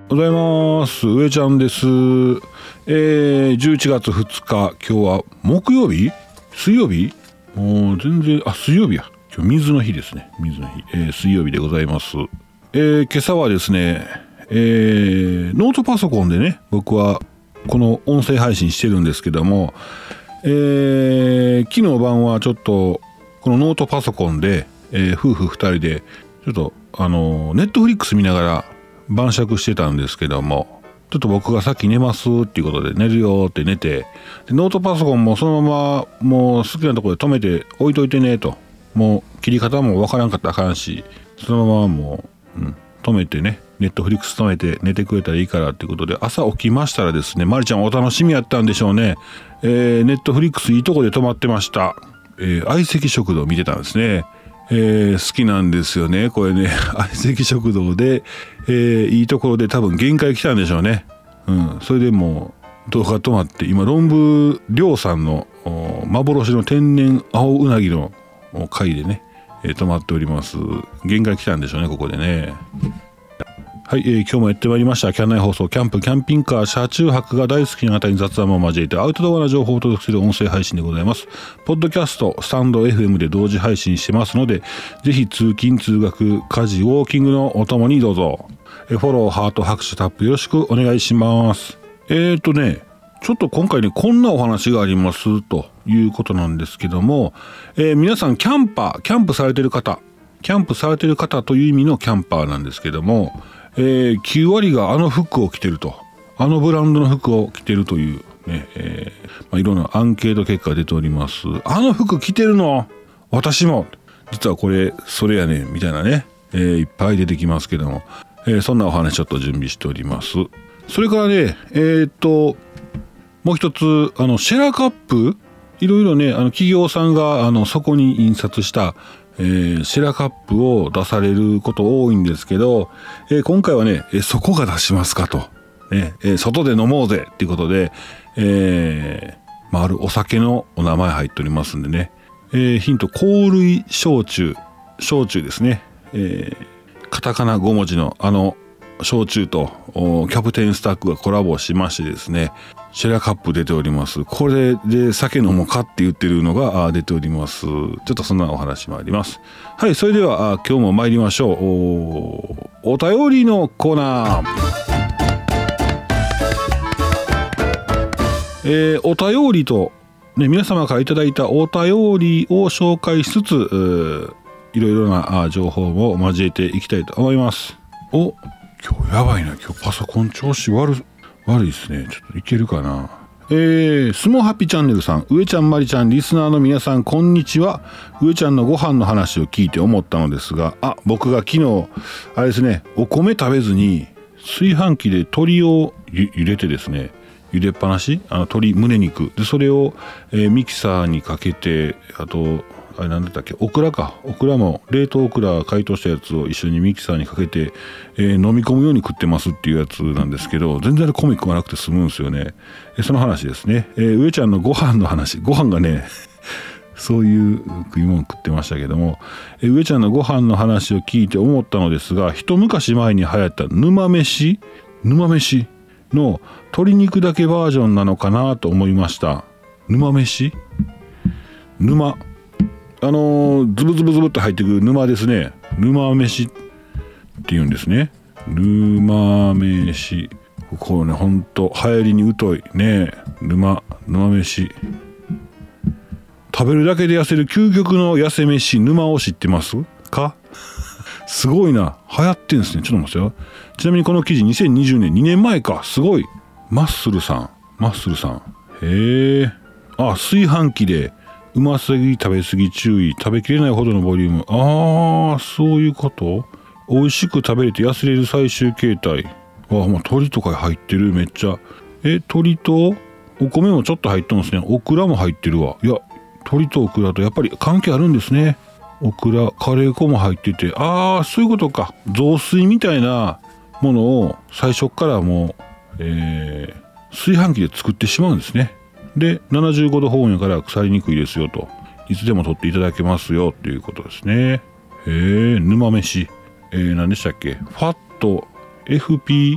おはようございます。上ちゃんです。11月2日、今日は木曜日？水曜日？もう全然、水曜日や。今日水の日ですね。水の日。水曜日でございます。今朝はですね、ノートパソコンでね、僕はこの音声配信してるんですけども、昨日晩はちょっとこのノートパソコンで、夫婦2人でちょっとネットフリックス見ながら晩酌してたんですけども、ちょっと僕がさっき寝ますっていうことで寝るよって寝て、でノートパソコンもそのままもう好きなところで止めて置いといてねと、もう切り方もわからんかったらあかんし、そのままもう、止めてね、ネットフリックス止めて寝てくれたらいいからっていうことで、朝起きましたらですね、まりちゃんお楽しみやったんでしょうね。ネットフリックスいいとこで止まってました。相席食堂見てたんですね。好きなんですよねこれね。相席食堂で、いいところで多分限界来たんでしょうね。それでもう動画止まって、今論文亮さんの幻の天然青うなぎの回でね、止まっております。限界来たんでしょうねここでね。はい、今日もやってまいりましたキャンナイ放送、キャンプキャンピングカー車中泊が大好きな方に雑談も交えてアウトドアな情報をお届けする音声配信でございます。ポッドキャスト、スタンド FM で同時配信してますので、ぜひ通勤通学家事ウォーキングのお供にどうぞ。フォローハート拍手タップよろしくお願いします。ちょっと今回ねこんなお話がありますということなんですけども、皆さんキャンプされてる方という意味のキャンパーなんですけども、9割があの服を着てると、あのブランドの服を着てるというね、いろんなアンケート結果が出ております。あの服着てるの私も実はこれそれやねみたいなね、いっぱい出てきますけども、そんなお話ちょっと準備しております。それからねもう一つシェラカップ、いろいろね企業さんがそこに印刷したシェラカップを出されること多いんですけど、今回はねそこが出しますかと、外で飲もうぜっていうことで、あるお酒のお名前入っておりますんでね、ヒント、香類焼酎ですね、カタカナ5文字の焼酎とキャプテンスタックがコラボしましてですね、シェラカップ出ております。これで酒飲もうかって言ってるのが出ております。ちょっとそんなお話もあります。はい、それでは今日も参りましょう。お便りのコーナー。お便りと、ね、皆様からいただいたお便りを紹介しつつ、いろいろな情報も交えていきたいと思います。今日やばいな。今日パソコン調子悪いですね。ちょっといけるかな。スモハピチャンネルさん、上ちゃんまりちゃん、リスナーの皆さんこんにちは。上ちゃんのご飯の話を聞いて思ったのですが、僕が昨日あれですね、お米食べずに炊飯器で鶏を茹でてですね、茹でっぱなし、鶏胸肉で、それを、ミキサーにかけて、あとあれなんだったっけ、オクラも冷凍オクラ解凍したやつを一緒にミキサーにかけて、飲み込むように食ってますっていうやつなんですけど、全然米食わなくて済むんですよね。その話ですね。上ちゃんのご飯の話、ご飯がねそういう食い物食ってましたけども、上ちゃんのご飯の話を聞いて思ったのですが、一昔前に流行った沼飯の鶏肉だけバージョンなのかなと思いました。沼飯、ズブズブって入ってくる沼ですね。沼飯って言うんですね。沼飯、こうね、ほんと流行りに疎いね。沼飯、食べるだけで痩せる究極の痩せ飯沼を知ってますか？すごいな、流行ってんですね。ちょっと待ってよ。ちなみにこの記事2020年2年前か。すごい。マッスルさん。へえ。炊飯器でうますぎ食べ過ぎ注意、食べきれないほどのボリューム。そういうこと。美味しく食べれて痩せれる最終形態。鶏とか入ってる。めっちゃ。鶏とお米もちょっと入ってますね。オクラも入ってるわ。いや、鶏とオクラとやっぱり関係あるんですね。オクラ、カレー粉も入ってて、そういうことか。雑炊みたいなものを最初からもう、炊飯器で作ってしまうんですね。で、75度保温やから腐りにくいですよと、いつでも取っていただけますよっていうことですね。沼飯、何でしたっけ？ファット FP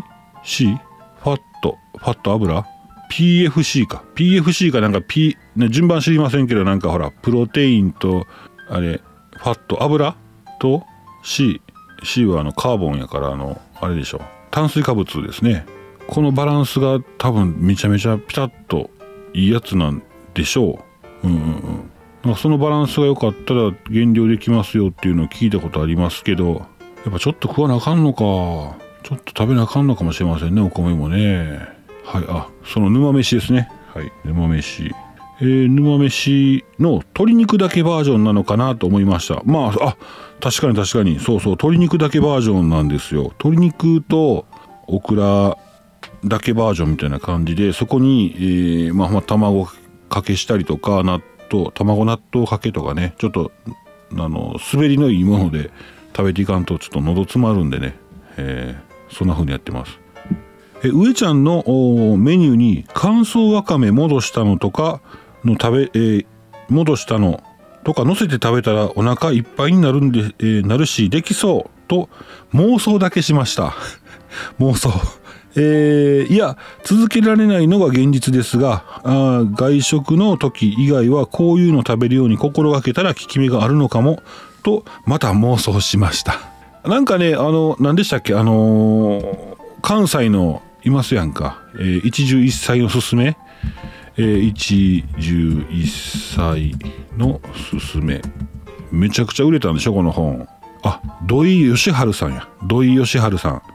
C ファット油 PFC か PFC かなんか P、ね、順番知りませんけどなんかほらプロテインとあれファット油と C はカーボンやからあれでしょ炭水化物ですね。このバランスが多分めちゃめちゃピタッといいやつなんでしょう。なんかそのバランスが良かったら減量できますよっていうのを聞いたことありますけど、やっぱちょっと食わなあかんのか、ちょっと食べなあかんのかもしれませんね、お米もね。はい、その沼飯ですね。はい、沼飯。沼飯の鶏肉だけバージョンなのかなと思いました。まあ、確かにそう鶏肉だけバージョンなんですよ。鶏肉とオクラだけバージョンみたいな感じで、そこに、卵かけしたりとか卵納豆かけとかね、ちょっと滑りのいいもので食べていかんとちょっと喉詰まるんでね、そんな風にやってます。上ちゃんのメニューに乾燥わかめ戻したのとかの戻したのとか乗せて食べたらお腹いっぱいになるんで、なるしできそうと妄想だけしました妄想いや続けられないのが現実ですが、外食の時以外はこういうの食べるように心がけたら効き目があるのかもとまた妄想しました。なんかね何でしたっけ関西のいますやんか、一汁一菜のすすめ、一汁一菜のすすめめちゃくちゃ売れたんでしょこの本。土井善晴さんや。土井善晴さん、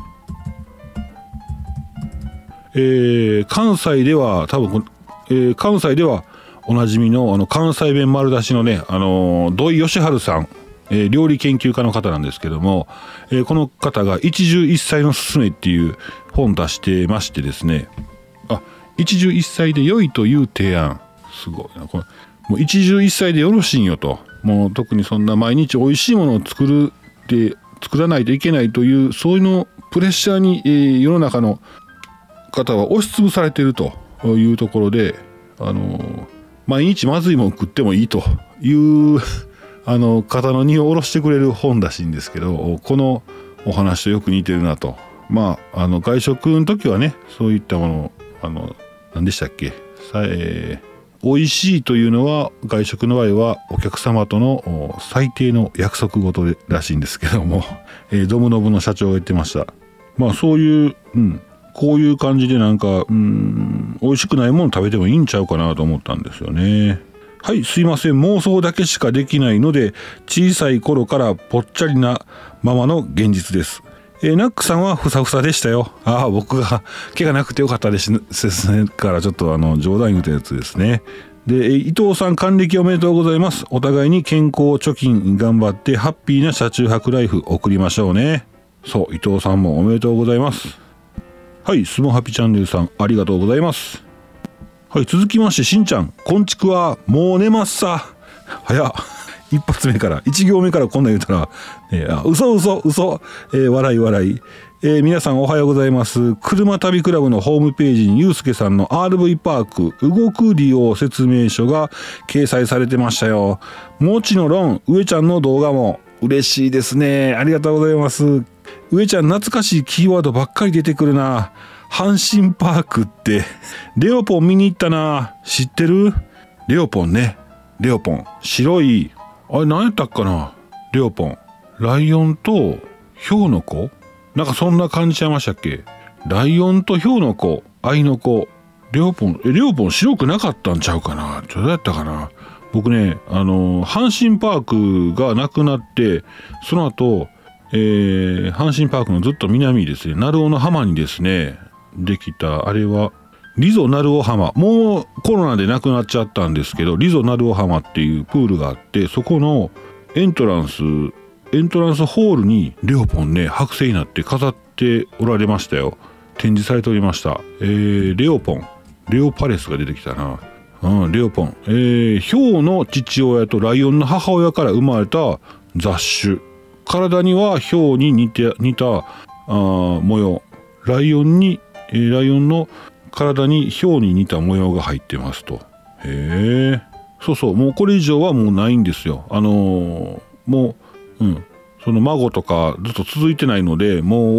関西では多分、関西ではおなじみの関西弁丸出しのね土井善晴さん、料理研究家の方なんですけども、この方が一汁一菜のすすめっていう本出してましてですね、一汁一菜で良いという提案、すごいなこれ。もう一汁一菜でよろしいんよと、もう特にそんな毎日美味しいものを作らないといけないというそういうのプレッシャーに、世の中の方は押しつぶされているというところで、毎日まずいもの食ってもいいという肩の荷を下ろしてくれる本らしいんですけど、このお話とよく似てるなと。外食の時はねそういったもの何でしたっけ、美味しいというのは外食の場合はお客様との最低の約束事らしいんですけども、ドムノブの社長が言ってました。そういう、こういう感じでなんか美味しくないもの食べてもいいんちゃうかなと思ったんですよね。はい、すいません。妄想だけしかできないので小さい頃からぽっちゃりなままの現実です。ナックさんはふさふさでしたよ。僕が毛がなくてよかったですねからちょっと冗談言うたやつですね。で、伊藤さん還暦おめでとうございます。お互いに健康貯金頑張ってハッピーな車中泊ライフ送りましょうね。そう、伊藤さんもおめでとうございます。はい、スモハピチャンネルさんありがとうございます。はい、続きましてしんちゃん、こんちくはもう寝ますさ。早っ。一発目から一行目からこんなん言うたら、嘘、笑い、皆さんおはようございます。車旅クラブのホームページにゆうすけさんの RV パーク動く利用説明書が掲載されてましたよ。もちろん上ちゃんの動画も嬉しいですね。ありがとうございます。上ちゃん懐かしいキーワードばっかり出てくるな。阪神パークってレオポン見に行ったな。知ってる？レオポンね。レオポン白いあれ何やったっかな。レオポンライオンとヒョウの子なんかそんな感じちゃいましたっけ。ライオンとヒョウの子愛の子レオポン白くなかったんちゃうかな。どうやったかな。僕ね阪神パークがなくなってその後、阪神パークのずっと南ですね鳴尾の浜にですねできたあれはリゾ鳴尾浜、もうコロナでなくなっちゃったんですけどリゾ鳴尾浜っていうプールがあってそこのエントランスホールにレオポンね剥製になって飾っておられましたよ。展示されておりました。レオポンレオパレスが出てきたな。レオポン、ヒョウの父親とライオンの母親から生まれた雑種。体にはヒョウに似た模様。ライオンの体にヒョウに似た模様が入ってますと。そうもうこれ以上はもうないんですよ。もうその孫とかずっと続いてないのでもう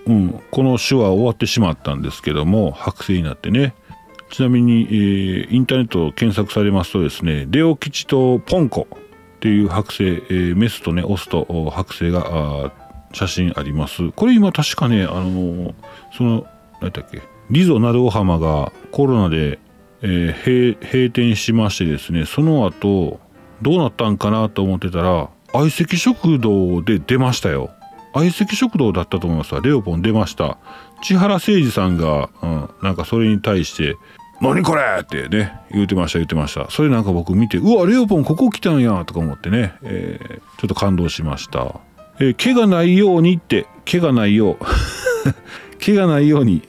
この種は終わってしまったんですけども、剥製になってね。ちなみに、インターネットを検索されますとですね、レオ吉とポンコっていう剥製、メスとねオスと剥製が写真あります。これ今確かね何だっけ、リゾ鳴尾浜がコロナで、閉店しましてですね、その後どうなったんかなと思ってたら相席食堂で出ましたよ。相席食堂だったと思います。レオポン出ました。千原誠二さんが、なんかそれに対して何これってね言ってました。それなんか僕見て、うわレオポンここ来たんやとか思ってね、ちょっと感動しました。毛がないようにって毛がないように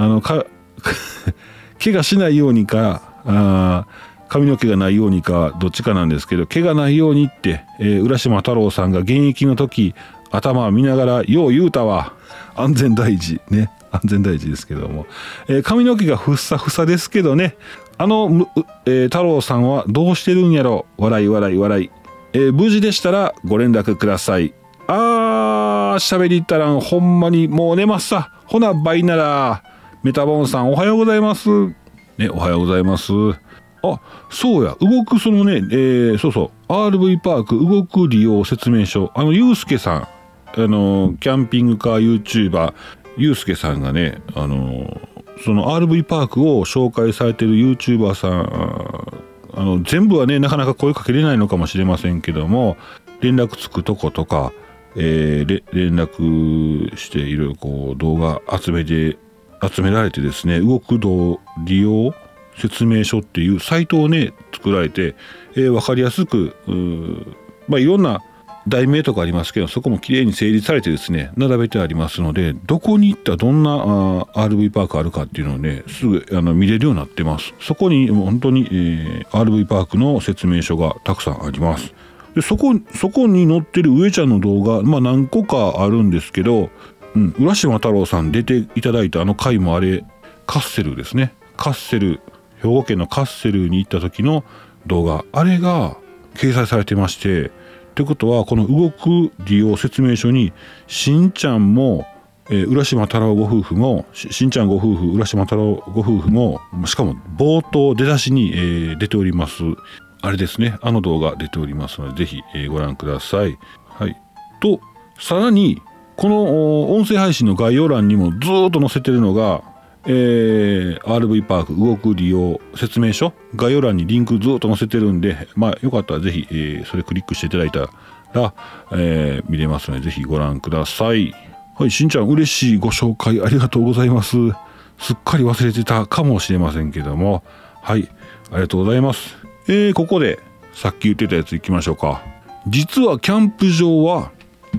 毛がしないようにか髪の毛がないようにかどっちかなんですけど、毛がないようにって、浦島太郎さんが現役の時頭見ながらよう言うたわ。安全第一ね、安全第一ですけども、髪の毛がふっさふさですけどね、太郎さんはどうしてるんやろ。笑い、無事でしたらご連絡ください。喋りったらんほんまにもう寝ますさ。ほなバイなら。メタボンさんおはようございますね。おはようございます。そうや、動くそのね、RV パーク動く利用説明書、ゆうすけさん、キャンピングカー YouTuber ゆうすけさんがね、その RV パークを紹介されてる YouTuber さん、全部はねなかなか声かけれないのかもしれませんけども、連絡つくとことか、連絡していろいろこう動画集められてですね、動く利用説明書っていうサイトをね作られて、分かりやすくいろんな題名とかありますけど、そこもきれいに整理されてですね並べてありますので、どこに行ったどんなRV パークあるかっていうのをねすぐ見れるようになってます。そこに本当に、RV パークの説明書がたくさんあります。でそこに載ってる上ちゃんの動画、何個かあるんですけど、浦島太郎さん出ていただいた回もあれカッセルですね。兵庫県のカッセルに行った時の動画、あれが掲載されてまして、ってことはこの動く利用説明書にしんちゃんも、浦島太郎ご夫婦もしんちゃんご夫婦浦島太郎ご夫婦もしかも冒頭出だしに、出ております。あれですね、動画出ておりますのでぜひ、ご覧ください。はい。とさらにこの音声配信の概要欄にもずっと載せてるのが、RV パーク動く利用説明書、概要欄にリンクずっと載せてるんで、よかったらぜひ、それクリックしていただいたら、見れますのでぜひご覧ください。はい、しんちゃん嬉しいご紹介ありがとうございます。すっかり忘れてたかもしれませんけども、はい、ありがとうございます。ここでさっき言ってたやついきましょうか。実はキャンプ場は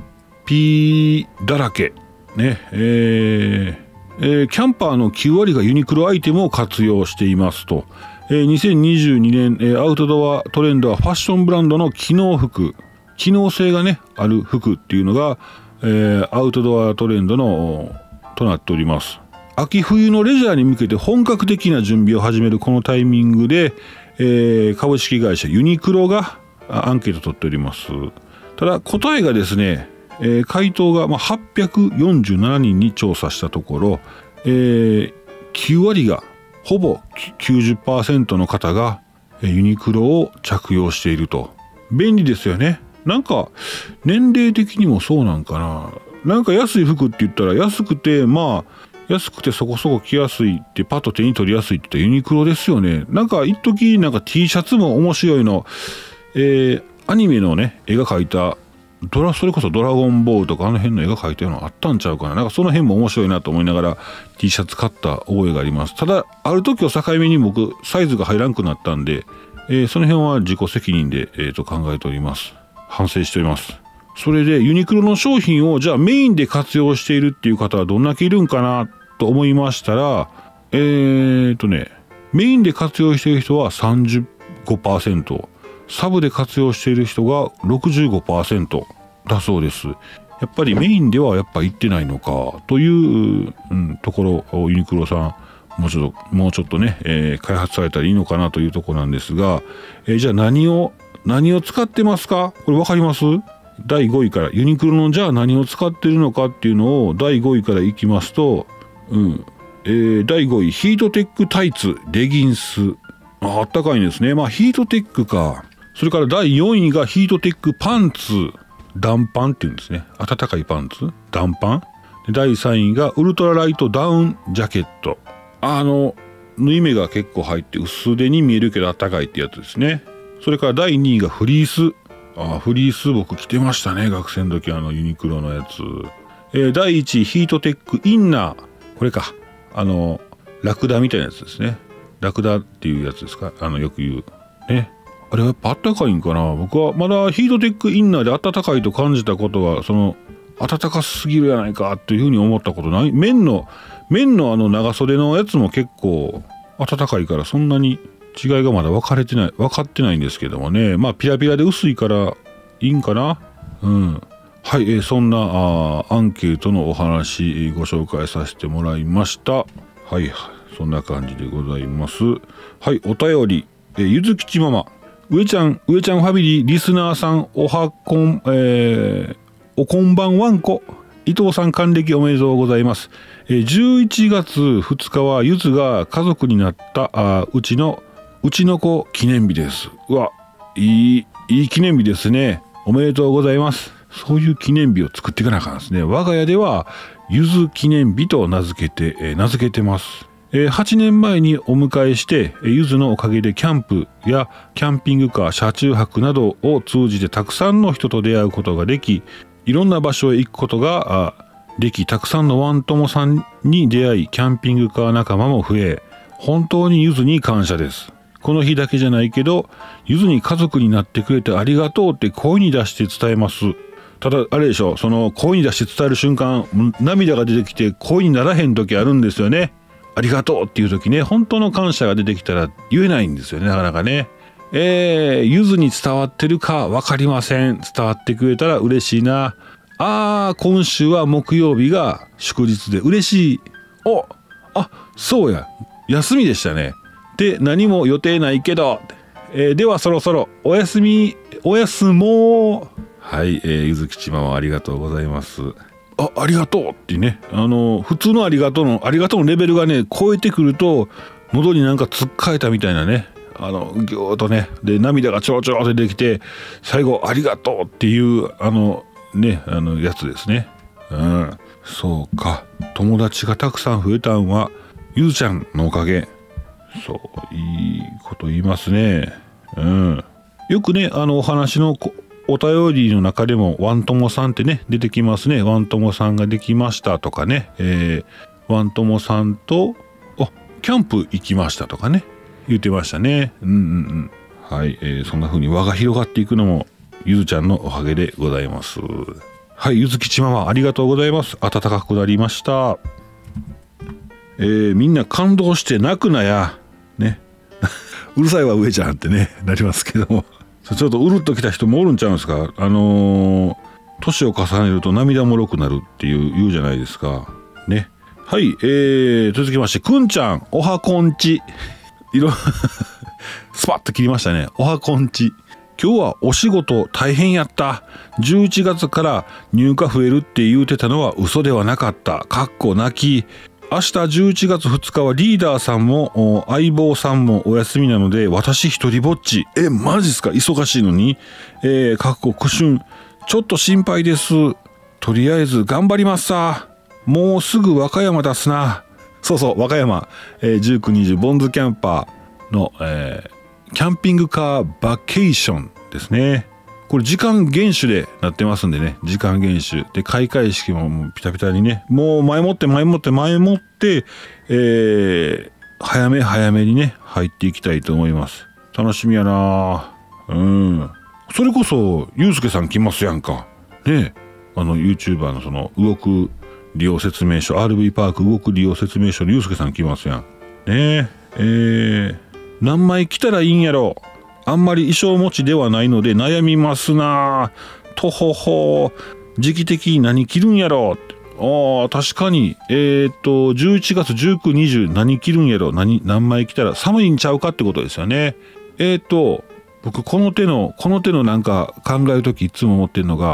Pだらけね。キャンパーの9割がユニクロアイテムを活用していますと。2022年、アウトドアトレンドはファッションブランドの機能性がねある服っていうのが、アウトドアトレンドとなっております。秋冬のレジャーに向けて本格的な準備を始めるこのタイミングで、株式会社ユニクロがアンケートを取っております。ただ答えがですね、回答が847人に調査したところ、9割がほぼ 90% の方がユニクロを着用していると。便利ですよね。なんか年齢的にもそうなんかな。なんか安い服って言ったら安くてそこそこ着やすいってパッと手に取りやすいって言ったらユニクロですよね。なんか一時なんか T シャツも面白いの、アニメのね絵が描いたそれこそドラゴンボールとか辺の絵が描いたようなのあったんちゃうかな。なんかその辺も面白いなと思いながら T シャツ買った覚えがあります。ただある時を境目に僕サイズが入らんくなったんで、その辺は自己責任で、考えております。反省しております。それでユニクロの商品をじゃあメインで活用しているっていう方はどんだけいるんかなと思いましたら、メインで活用している人は 35%、サブで活用している人が 65% だそうです。やっぱりメインではやっぱ行ってないのかという、ところユニクロさんもうちょっとね、開発されたらいいのかなというところなんですが、じゃあ何を使ってますか？これ分かります？ 第5位からユニクロのじゃあ何を使ってるのかっていうのを第5位からいきますと、第5位ヒートテックタイツレギンス、あったかいんですね。ヒートテックか。それから第4位がヒートテックパンツ暖パンっていうんですね。暖かいパンツ暖パンで、第3位がウルトラライトダウンジャケット、縫い目が結構入って薄手に見えるけど暖かいってやつですね。それから第2位がフリース、フリース僕着てましたね、学生の時。ユニクロのやつ。第1位ヒートテックインナー、これか、ラクダみたいなやつですね。ラクダっていうやつですか、よく言うね。あれはやっぱ暖かいんかな。僕はまだヒートテックインナーで暖かいと感じたことは、暖かすぎるやないかというふうに思ったことない。綿の長袖のやつも結構暖かいから、そんなに違いがまだ分かってないんですけどもね。ピラピラで薄いからいいんかな。はい、そんなアンケートのお話ご紹介させてもらいました。はい、そんな感じでございます。はい、お便り、ゆずきちママ、上ちゃんファミリーリスナーさん、おこんばんわんこ、伊藤さん還暦おめでとうございます。11月2日はゆずが家族になったうちの子記念日です。うわ、いい記念日ですね。おめでとうございます。そういう記念日を作っていかなあかんですね。我が家ではゆず記念日と名付けてます。8年前にお迎えして、ゆずのおかげでキャンプやキャンピングカー、車中泊などを通じてたくさんの人と出会うことができ、いろんな場所へ行くことができ、たくさんのワン友さんに出会い、キャンピングカー仲間も増え、本当にゆずに感謝です。この日だけじゃないけど、ゆずに家族になってくれてありがとうって声に出して伝えます。ただあれでしょ、その声に出して伝える瞬間、涙が出てきて声にならへん時あるんですよね。ありがとうっていう時ね、本当の感謝が出てきたら言えないんですよね、なかなかね。ゆずに伝わってるか分かりません。伝わってくれたら嬉しいな。今週は木曜日が祝日で嬉しい。そうや、休みでしたね。で、何も予定ないけど、ではそろそろお休もう。はい、ゆずきちママありがとうございます。ありがとうってね、普通のありがとうのレベルがね超えてくると、喉になんかつっかえたみたいなね、ぎゅーっとね、で涙がちょろちょろってできて、最後ありがとうっていうやつですね。そうか、友達がたくさん増えたんはゆずちゃんのおかげ。そういいこと言いますね。よくね、お話のお便りの中でもワン友さんってね出てきますね。ワン友さんができましたとかね、ワン友さんとキャンプ行きましたとかね言ってましたね。はい、そんな風に輪が広がっていくのもゆずちゃんのおかげでございます。はい、ゆずきちママありがとうございます。暖かくなりました。みんな感動して泣くなやねうるさいわ上ちゃんってねなりますけども、ちょっとうるっときた人もおるんちゃうんですか。年を重ねると涙もろくなるって言うじゃないですかね。はい、続きましてくんちゃん、おはこんちスパッと切りましたね。おはこんち、今日はお仕事大変やった。11月から入荷増えるって言うてたのは嘘ではなかった。かっこ泣き。明日11月2日はリーダーさんも相棒さんもお休みなので私一人ぼっち。マジっすか、忙しいのに。かっこ苦春、ちょっと心配です。とりあえず頑張りますさ。もうすぐ和歌山出すな。そう和歌山、19、20ボンズキャンパーの、キャンピングカーバケーションですね。これ時間厳守でなってますんでね、時間厳守で開会式もピタピタにね、もう前もって早めにね入っていきたいと思います。楽しみやな。それこそゆうすけさん来ますやんかね。YouTuber のその動く利用説明書、 RV パーク動く利用説明書のゆうすけさん来ますやんね。何枚来たらいいんやろ。あんまり衣装持ちではないので悩みますな。とほほ、時期的に何着るんやろ。確かに11月19、20何着るんやろ。何枚着たら寒いんちゃうかってことですよね。僕この手のなんか考えるときいつも思ってるのが、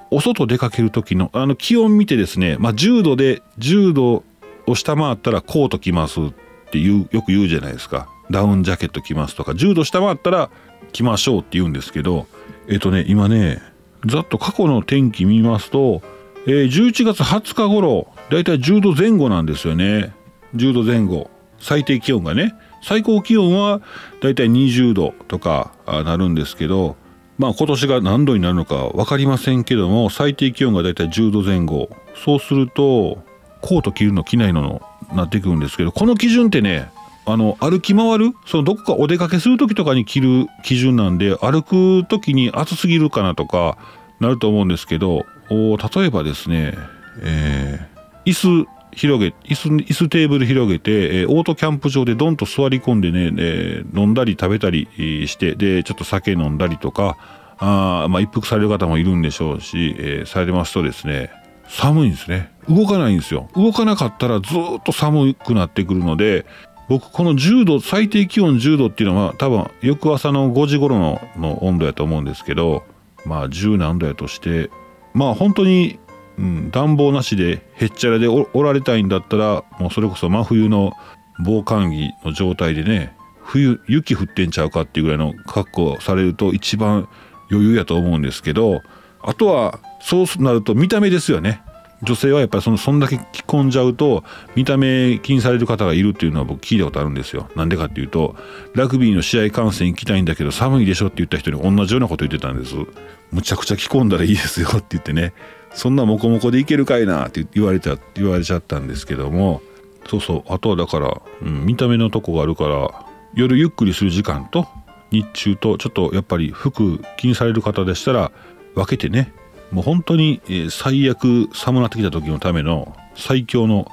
お外出かける時の気温見てですね、10度で10度を下回ったらコート着ますってよく言うじゃないですか。ダウンジャケット着ますとか、10度下回ったら着ましょうって言うんですけど、今ねざっと過去の天気見ますと、11月20日頃だいたい10度前後なんですよね。10度前後、最低気温がね。最高気温はだいたい20度とかなるんですけど、今年が何度になるのか分かりませんけども、最低気温がだいたい10度前後。そうするとコート着るの着ないのなってくるんですけど、この基準ってね、歩き回る、どこかお出かけする時とかに着る基準なんで、歩く時に暑すぎるかなとかなると思うんですけど、例えばですね、椅子テーブル広げて、オートキャンプ場でドンと座り込んでね、飲んだり食べたりして、でちょっと酒飲んだりとか、一服される方もいるんでしょうし、されますとですね、寒いんですね。動かないんですよ。動かなかったらずっと寒くなってくるので、僕この10度、最低気温10度っていうのは多分翌朝の5時頃の温度やと思うんですけど、10何度やとして、本当に暖房なしでへっちゃらでおられたいんだったら、もうそれこそ真冬の防寒着の状態でね、雪降ってんちゃうかっていうぐらいの格好されると一番余裕やと思うんですけど、あとはそうなると見た目ですよね。女性はやっぱりそんだけ着込んじゃうと見た目気にされる方がいるっていうのは僕聞いたことあるんですよ。なんでかっていうと、ラグビーの試合観戦行きたいんだけど寒いでしょって言った人に同じようなこと言ってたんです。むちゃくちゃ着込んだらいいですよって言ってね、そんなモコモコでいけるかいなって言われちゃったんですけども、あとはだから、見た目のとこがあるから、夜ゆっくりする時間と日中とちょっとやっぱり服気にされる方でしたら分けてね、もう本当に、最悪寒なってきた時のための最強の、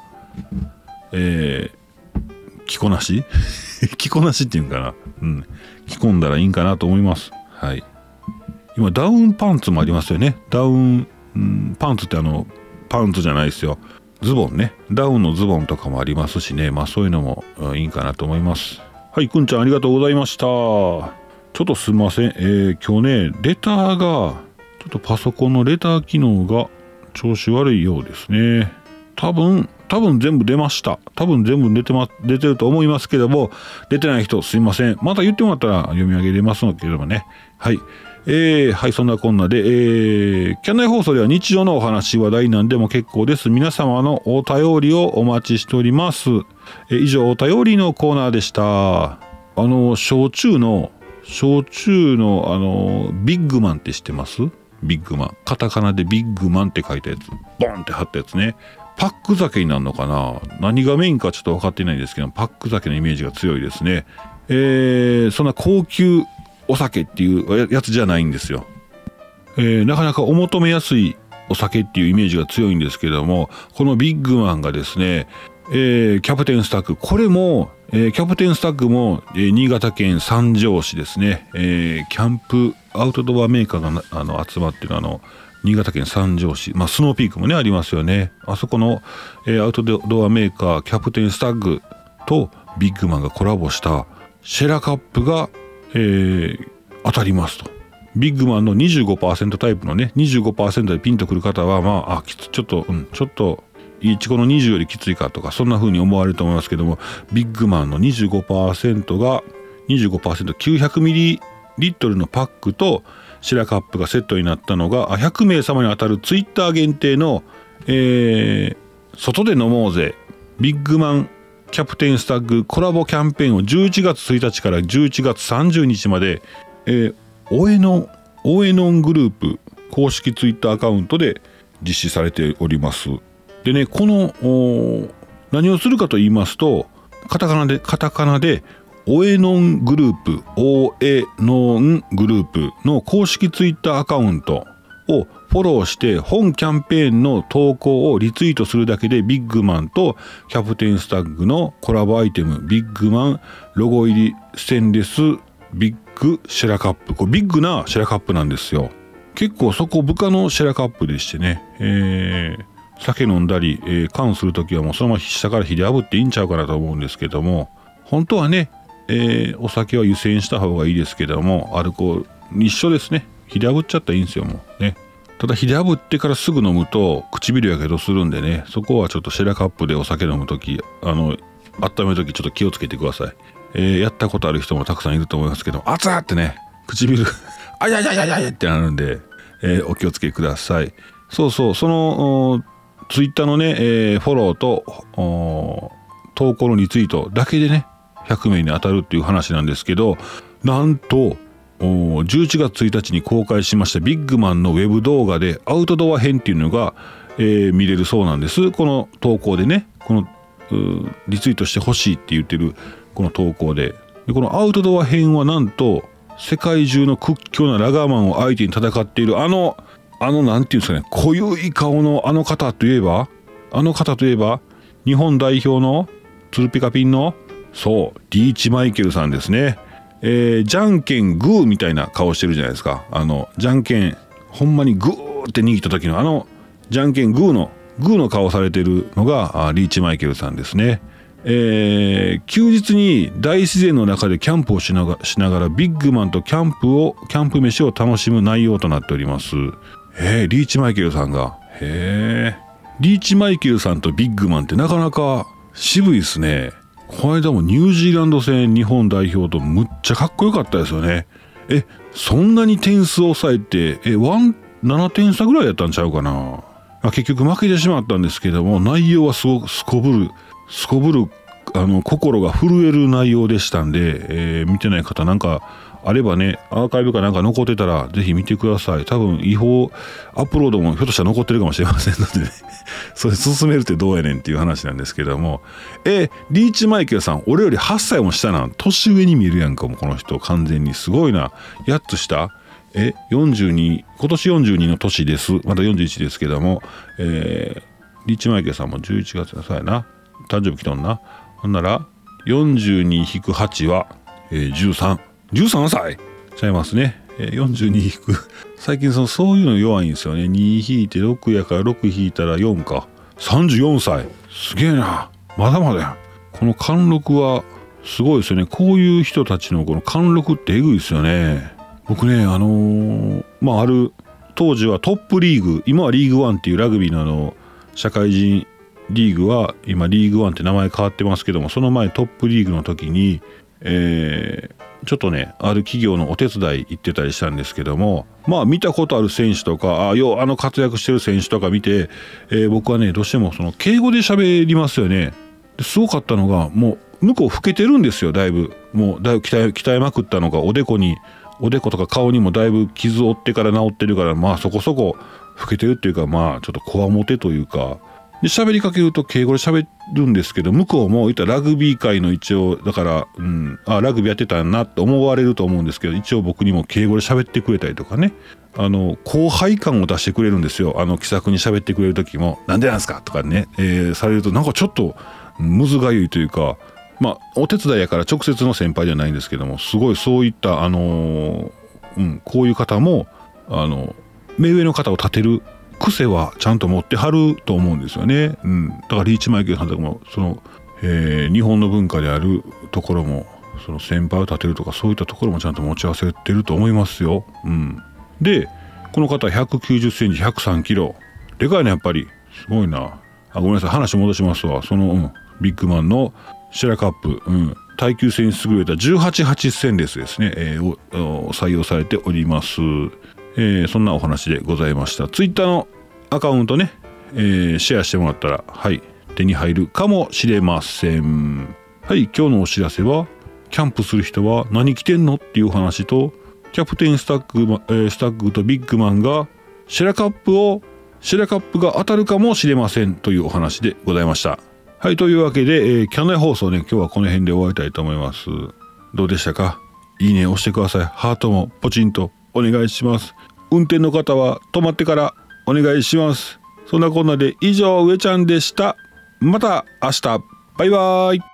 着こなし着こなしっていうんかな、着込んだらいいんかなと思います。はい。今ダウンパンツもありますよね。ダウン、パンツってパンツじゃないですよ。ズボンね。ダウンのズボンとかもありますしね。そういうのもいいんかなと思います。はい、くんちゃんありがとうございました。ちょっとすみません。今日ね、レターが、ちょっとパソコンのレター機能が調子悪いようですね。多分全部出ました。多分全部出てると思いますけども、出てない人すいません。また言ってもらったら読み上げれますのけれどもね。はい。はい、そんなこんなで、キャンナイ放送では日常のお話、話題なんでも結構です。皆様のお便りをお待ちしております。以上、お便りのコーナーでした。焼酎のビッグマンって知ってます？ビッグマン。カタカナでビッグマンって書いたやつ。ボンって貼ったやつね。パック酒になるのかな？何がメインかちょっと分かってないんですけど、パック酒のイメージが強いですね。そんな高級お酒っていうやつじゃないんですよ。なかなかお求めやすいお酒っていうイメージが強いんですけれども、このビッグマンがですね、キャプテンスタッグ、これも、キャプテンスタッグも、新潟県三条市ですね、キャンプアウトドアメーカーが集まっている新潟県三条市、スノーピークもねありますよね。あそこの、アウトドアメーカーキャプテンスタッグとビッグマンがコラボしたシェラカップが、当たりますと。ビッグマンの 25% タイプのね 25% でピンとくる方はちょっといちごの20よりきついかとかそんな風に思われると思いますけども、ビッグマンの 25% が 900 ミリリットルのパックとシェラカップがセットになったのが100名様に当たるツイッター限定の、外で飲もうぜビッグマンキャプテンスタッグコラボキャンペーンを11月1日から11月30日まで、オエノングループ公式ツイッターアカウントで実施されております。でね、この何をするかと言いますと、カタカナでオエノングループの公式ツイッターアカウントをフォローして本キャンペーンの投稿をリツイートするだけでビッグマンとキャプテンスタッグのコラボアイテムビッグマンロゴ入りステンレスビッグシェラカップ、これビッグなシェラカップなんですよ。結構底深のシェラカップでしてね、酒飲んだり、缶するときはもうそのまま下から火で炙っていいんちゃうかなと思うんですけども、本当はね、お酒は湯煎した方がいいですけども、アルコール一緒ですね。火で炙っちゃったらいいんですよ、もうね。 ただ火で炙ってからすぐ飲むと唇やけどするんでね、そこはちょっとシェラカップでお酒飲むとき温めるときちょっと気をつけてください。やったことある人もたくさんいると思いますけど、熱ーってね唇あやややややってなるんで、お気をつけください。そうそのツイッターのね、フォローと投稿のリツイートだけでね100名に当たるっていう話なんですけど、なんと11月1日に公開しましたビッグマンのウェブ動画でアウトドア編っていうのが、見れるそうなんです。この投稿でね、このリツイートしてほしいって言ってるこの投稿で、このアウトドア編はなんと世界中の屈強なラガーマンを相手に戦っているなんていうんですかね、濃ゆい顔のあの方といえば日本代表のツルピカピンのそうリーチマイケルさんですね。じゃんけんグーみたいな顔してるじゃないですか。じゃんけんほんまにグーって握った時のじゃんけんグーの顔されてるのがリーチマイケルさんですね。休日に大自然の中でキャンプをしながらビッグマンとキャンプ飯を楽しむ内容となっております。リーチマイケルさんがリーチマイケルさんとビッグマンってなかなか渋いですね。この間もニュージーランド戦日本代表とむっちゃかっこよかったですよね。そんなに点数を抑えて7点差ぐらいやったんちゃうかな。結局負けてしまったんですけども、内容はすこぶる心が震える内容でしたんで、見てない方なんかあればね、アーカイブかなんか残ってたらぜひ見てください。多分違法アップロードもひょっとしたら残ってるかもしれませんのでねそれ進めるってどうやねんっていう話なんですけども、リーチマイケルさん俺より8歳も下な、年上に見えるやんか。もうこの人完全にすごいな。8つ下42、今年42の年です。まだ41ですけども、リーチマイケルさんも11月のそうやな、誕生日来とんな。ほんなら 42-8 は、13歳ちゃいますね。42最近そういうの弱いんですよね。2引いて6やから6引いたら4か。34歳すげえな、まだまだや。この貫禄はすごいですよね。こういう人たちのこの貫禄ってえぐいですよね。僕ねある当時はトップリーグ、今はリーグワンっていうラグビーの社会人リーグは今リーグワンって名前変わってますけども、その前トップリーグの時にちょっとねある企業のお手伝い行ってたりしたんですけども、見たことある選手とか活躍してる選手とか見て、僕はねどうしても敬語で喋りますよね。すごかったのがもう向こう老けてるんですよ。だいぶ鍛えまくったのがおでことか顔にもだいぶ傷を負ってから治ってるから、そこそこ老けてるっていうか、ちょっとこわもてというかで喋りかけると敬語で喋るんですけど、向こうも言ったらラグビー界の一応だから、ラグビーやってたんなって思われると思うんですけど、一応僕にも敬語で喋ってくれたりとかね、後輩感を出してくれるんですよ。気さくに喋ってくれる時もなんでなんすかとかね、されるとなんかちょっとむずがゆいというか、お手伝いやから直接の先輩じゃないんですけども、すごいそういったこういう方も目上の方を立てる癖はちゃんと持ってはると思うんですよね。だからリーチマイケルさんとかも日本の文化であるところも先輩を立てるとかそういったところもちゃんと持ち合わせてると思いますよ。でこの方190センチ103キロでかいね、やっぱりすごいな。ごめんなさい、話戻しますわ。ビッグマンのシェラカップ、耐久性に優れた18-8ステンレスですね、採用されております。そんなお話でございました。ツイッターのアカウントね、シェアしてもらったら手に入るかもしれません。今日のお知らせはキャンプする人は何着てんのっていう話と、キャプテンスタッグとビッグマンがシェラカップが当たるかもしれませんというお話でございました。というわけで、キャンナイ放送ね、今日はこの辺で終わりたいと思います。どうでしたか？いいね押してください。ハートもポチンとお願いします。運転の方は止まってからお願いします。そんなこんなで以上、上ちゃんでした。また明日。バイバーイ。